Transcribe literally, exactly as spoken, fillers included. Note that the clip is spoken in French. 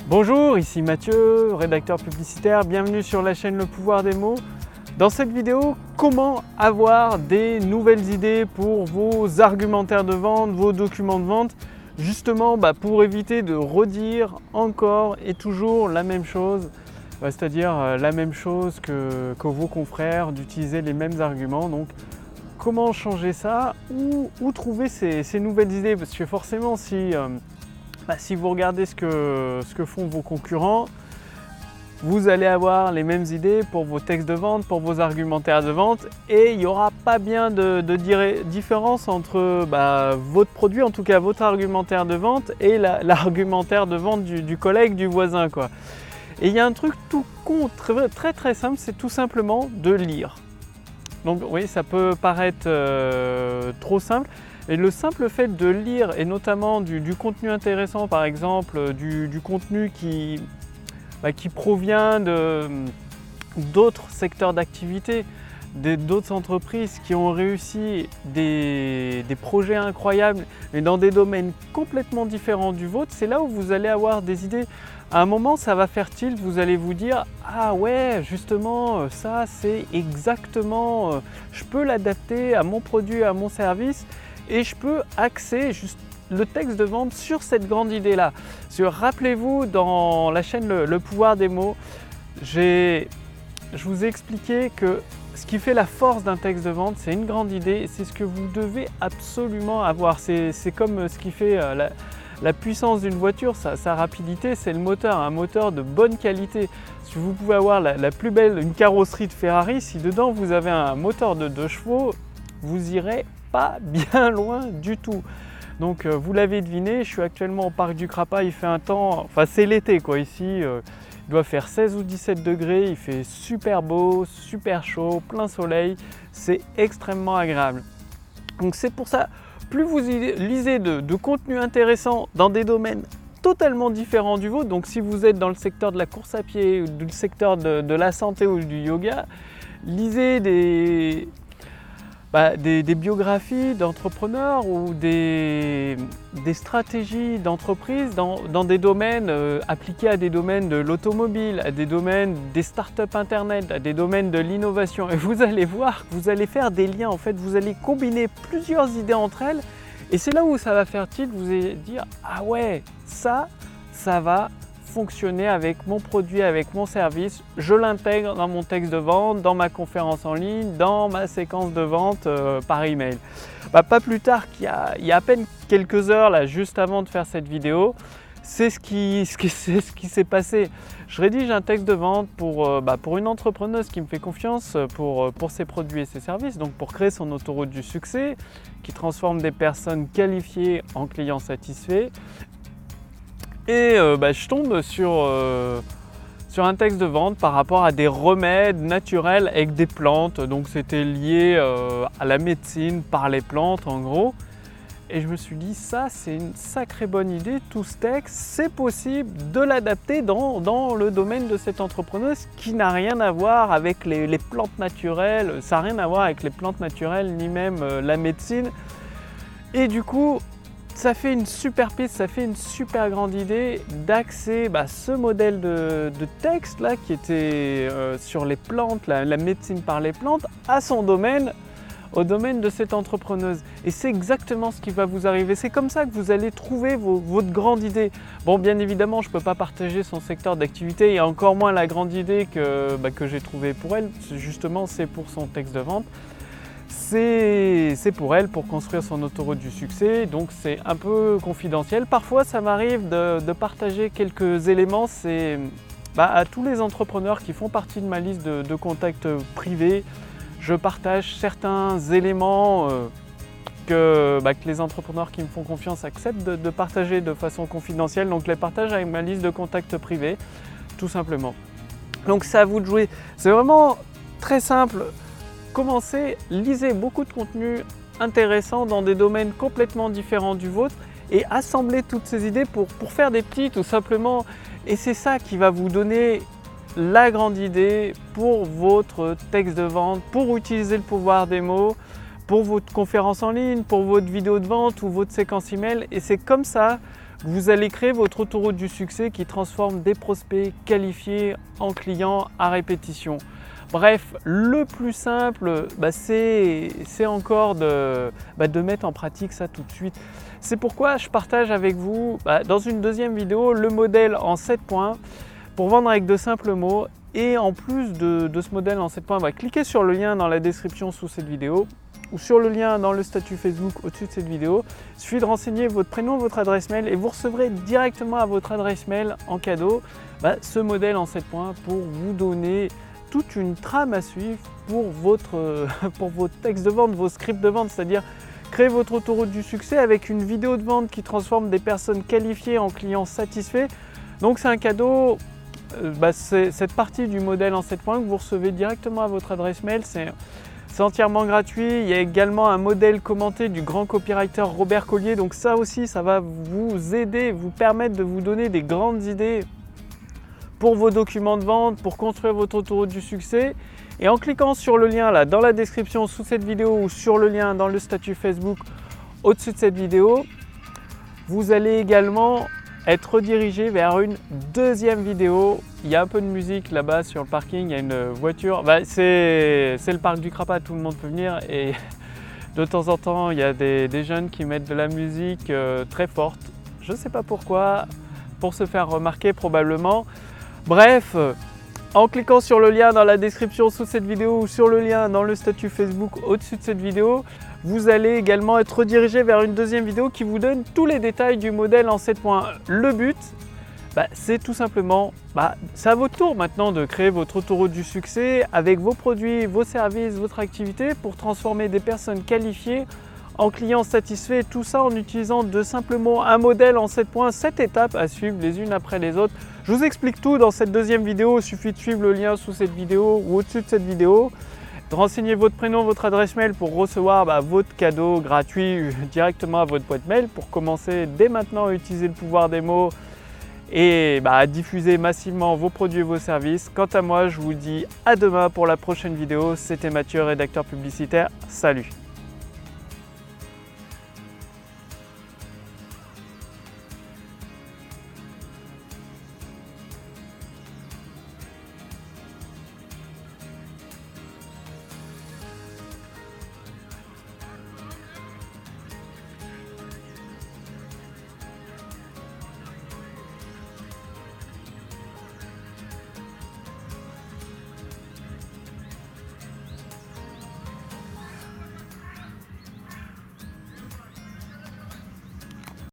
Bonjour, ici Mathieu, rédacteur publicitaire, bienvenue sur la chaîne Le Pouvoir des mots. Dans cette vidéo, comment avoir des nouvelles idées pour vos argumentaires de vente, vos documents de vente, justement bah, pour éviter de redire encore et toujours la même chose, bah, c'est-à-dire euh, la même chose que, que vos confrères, d'utiliser les mêmes arguments. Donc, comment changer ça ou, ou trouver ces, ces nouvelles idées? Parce que forcément, si... Euh, Bah, si vous regardez ce que, ce que font vos concurrents, vous allez avoir les mêmes idées pour vos textes de vente, pour vos argumentaires de vente, et il n'y aura pas bien de, de différence entre bah, votre produit, en tout cas votre argumentaire de vente, et l'argumentaire la, de vente du, du collègue, du voisin, quoi. Et il y a un truc tout con, très très, très simple, c'est tout simplement de lire. Donc oui, ça peut paraître euh, trop simple. Et le simple fait de lire, et notamment du, du contenu intéressant, par exemple, du, du contenu qui, bah, qui provient d'autres secteurs d'activité, d'autres entreprises qui ont réussi des, des projets incroyables, mais dans des domaines complètement différents du vôtre, c'est là où vous allez avoir des idées. À un moment, ça va faire tilt, vous allez vous dire « Ah ouais, justement, ça c'est exactement, je peux l'adapter à mon produit, à mon service ». Et je peux axer juste le texte de vente sur cette grande idée-là. Rappelez-vous, dans la chaîne Le, le Pouvoir des mots, je vous ai expliqué que ce qui fait la force d'un texte de vente, c'est une grande idée, c'est ce que vous devez absolument avoir. C'est comme ce qui fait la, la puissance d'une voiture, sa, sa rapidité, c'est le moteur, un moteur de bonne qualité. Si vous pouvez avoir la, la plus belle, une carrosserie de Ferrari, si dedans vous avez un moteur de deux chevaux, vous irez pas bien loin du tout. Donc euh, vous l'avez deviné, je suis actuellement au parc du Crapa, il fait un temps, enfin c'est l'été quoi ici, euh, il doit faire seize ou dix-sept degrés, il fait super beau, super chaud, plein soleil, c'est extrêmement agréable. Donc c'est pour ça, plus vous lisez de, de contenu intéressant dans des domaines totalement différents du vôtre, donc si vous êtes dans le secteur de la course à pied, ou du secteur de, de la santé ou du yoga, lisez des... Bah, des, des biographies d'entrepreneurs ou des, des stratégies d'entreprise dans, dans des domaines euh, appliqués à des domaines de l'automobile, à des domaines des startups internet, à des domaines de l'innovation. Et vous allez voir que vous allez faire des liens, en fait, vous allez combiner plusieurs idées entre elles. Et c'est là où ça va faire tilt, vous allez dire « Ah ouais, ça, ça va fonctionner avec mon produit, avec mon service, je l'intègre dans mon texte de vente, dans ma conférence en ligne, dans ma séquence de vente euh, par email. » Bah, pas plus tard qu'il y, y a à peine quelques heures, là, juste avant de faire cette vidéo, c'est ce qui, ce qui, ce qui s'est passé. Je rédige un texte de vente pour, euh, bah, pour une entrepreneuse qui me fait confiance pour, pour ses produits et ses services, donc pour créer son autoroute du succès, qui transforme des personnes qualifiées en clients satisfaits. Et euh, bah, je tombe sur, euh, sur un texte de vente par rapport à des remèdes naturels avec des plantes. Donc c'était lié euh, à la médecine par les plantes en gros. Et je me suis dit, ça c'est une sacrée bonne idée, tout ce texte, c'est possible de l'adapter dans, dans le domaine de cette entrepreneuse qui n'a rien à voir avec les, les plantes naturelles. Ça n'a rien à voir avec les plantes naturelles ni même euh, la médecine. Et du coup, ça fait une super piste, ça fait une super grande idée d'axer bah, ce modèle de, de texte là qui était euh, sur les plantes, la, la médecine par les plantes, à son domaine, au domaine de cette entrepreneuse. Et c'est exactement ce qui va vous arriver. C'est comme ça que vous allez trouver vos, votre grande idée. Bon, bien évidemment, je ne peux pas partager son secteur d'activité et encore moins la grande idée que, bah, que j'ai trouvée pour elle. Justement, c'est pour son texte de vente. C'est pour elle, pour construire son autoroute du succès, donc c'est un peu confidentiel. Parfois, ça m'arrive de, de partager quelques éléments. C'est bah, à tous les entrepreneurs qui font partie de ma liste de, de contacts privés, je partage certains éléments euh, que, bah, que les entrepreneurs qui me font confiance acceptent de, de partager de façon confidentielle. Donc, je les partage avec ma liste de contacts privés, tout simplement. Donc, c'est à vous de jouer. C'est vraiment très simple. Commencez, lisez beaucoup de contenu intéressant dans des domaines complètement différents du vôtre et assemblez toutes ces idées pour, pour faire des petits tout simplement. Et c'est ça qui va vous donner la grande idée pour votre texte de vente, pour utiliser le pouvoir des mots, pour votre conférence en ligne, pour votre vidéo de vente ou votre séquence email. Et c'est comme ça Vous allez créer votre autoroute du succès qui transforme des prospects qualifiés en clients à répétition. Bref, le plus simple, bah c'est encore de, bah de mettre en pratique ça tout de suite. C'est pourquoi je partage avec vous bah dans une deuxième vidéo le modèle en sept points pour vendre avec de simples mots. Et en plus de, de ce modèle en sept points, bah cliquez sur le lien dans la description sous cette vidéo ou sur le lien dans le statut Facebook au-dessus de cette vidéo. Il suffit de renseigner votre prénom, votre adresse mail et vous recevrez directement à votre adresse mail en cadeau bah, ce modèle en sept points pour vous donner toute une trame à suivre pour, votre, pour vos textes de vente, vos scripts de vente, c'est-à-dire créer votre autoroute du succès avec une vidéo de vente qui transforme des personnes qualifiées en clients satisfaits. Donc c'est un cadeau, euh, bah, c'est cette partie du modèle en sept points que vous recevez directement à votre adresse mail. C'est entièrement gratuit. Il y a également un modèle commenté du grand copywriter Robert Collier. Donc ça aussi, ça va vous aider, vous permettre de vous donner des grandes idées pour vos documents de vente, pour construire votre autoroute du succès. Et en cliquant sur le lien là dans la description sous cette vidéo ou sur le lien dans le statut Facebook au-dessus de cette vidéo, vous allez également être redirigé vers une deuxième vidéo. Il y a un peu de musique là-bas sur le parking, il y a une voiture. Bah, c'est le parc du Crapat, tout le monde peut venir et de temps en temps il y a des, des jeunes qui mettent de la musique euh, très forte. Je ne sais pas pourquoi, pour se faire remarquer probablement. Bref, en cliquant sur le lien dans la description sous cette vidéo ou sur le lien dans le statut Facebook au-dessus de cette vidéo, vous allez également être redirigé vers une deuxième vidéo qui vous donne tous les détails du modèle en sept points. Le but, bah, c'est tout simplement, bah, c'est à votre tour maintenant de créer votre autoroute du succès avec vos produits, vos services, votre activité pour transformer des personnes qualifiées en clients satisfaits, tout ça en utilisant de simplement un modèle en sept points, sept étapes à suivre les unes après les autres. Je vous explique tout dans cette deuxième vidéo, il suffit de suivre le lien sous cette vidéo ou au-dessus de cette vidéo, de renseigner votre prénom, votre adresse mail pour recevoir bah, votre cadeau gratuit directement à votre boîte mail pour commencer dès maintenant à utiliser le pouvoir des mots et bah, à diffuser massivement vos produits et vos services. Quant à moi, je vous dis à demain pour la prochaine vidéo. C'était Mathieu, rédacteur publicitaire. Salut!